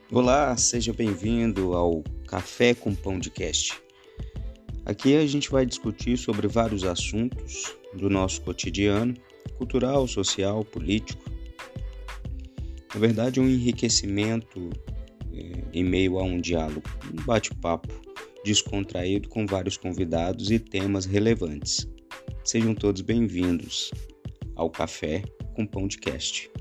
Olá, seja bem-vindo ao Café com Pão de Cast. Aqui a gente vai discutir sobre vários assuntos do nosso cotidiano, cultural, social, político. Na verdade, um enriquecimento em meio a um diálogo, um bate-papo descontraído com vários convidados e temas relevantes. Sejam todos bem-vindos ao Café com Pão de Cast.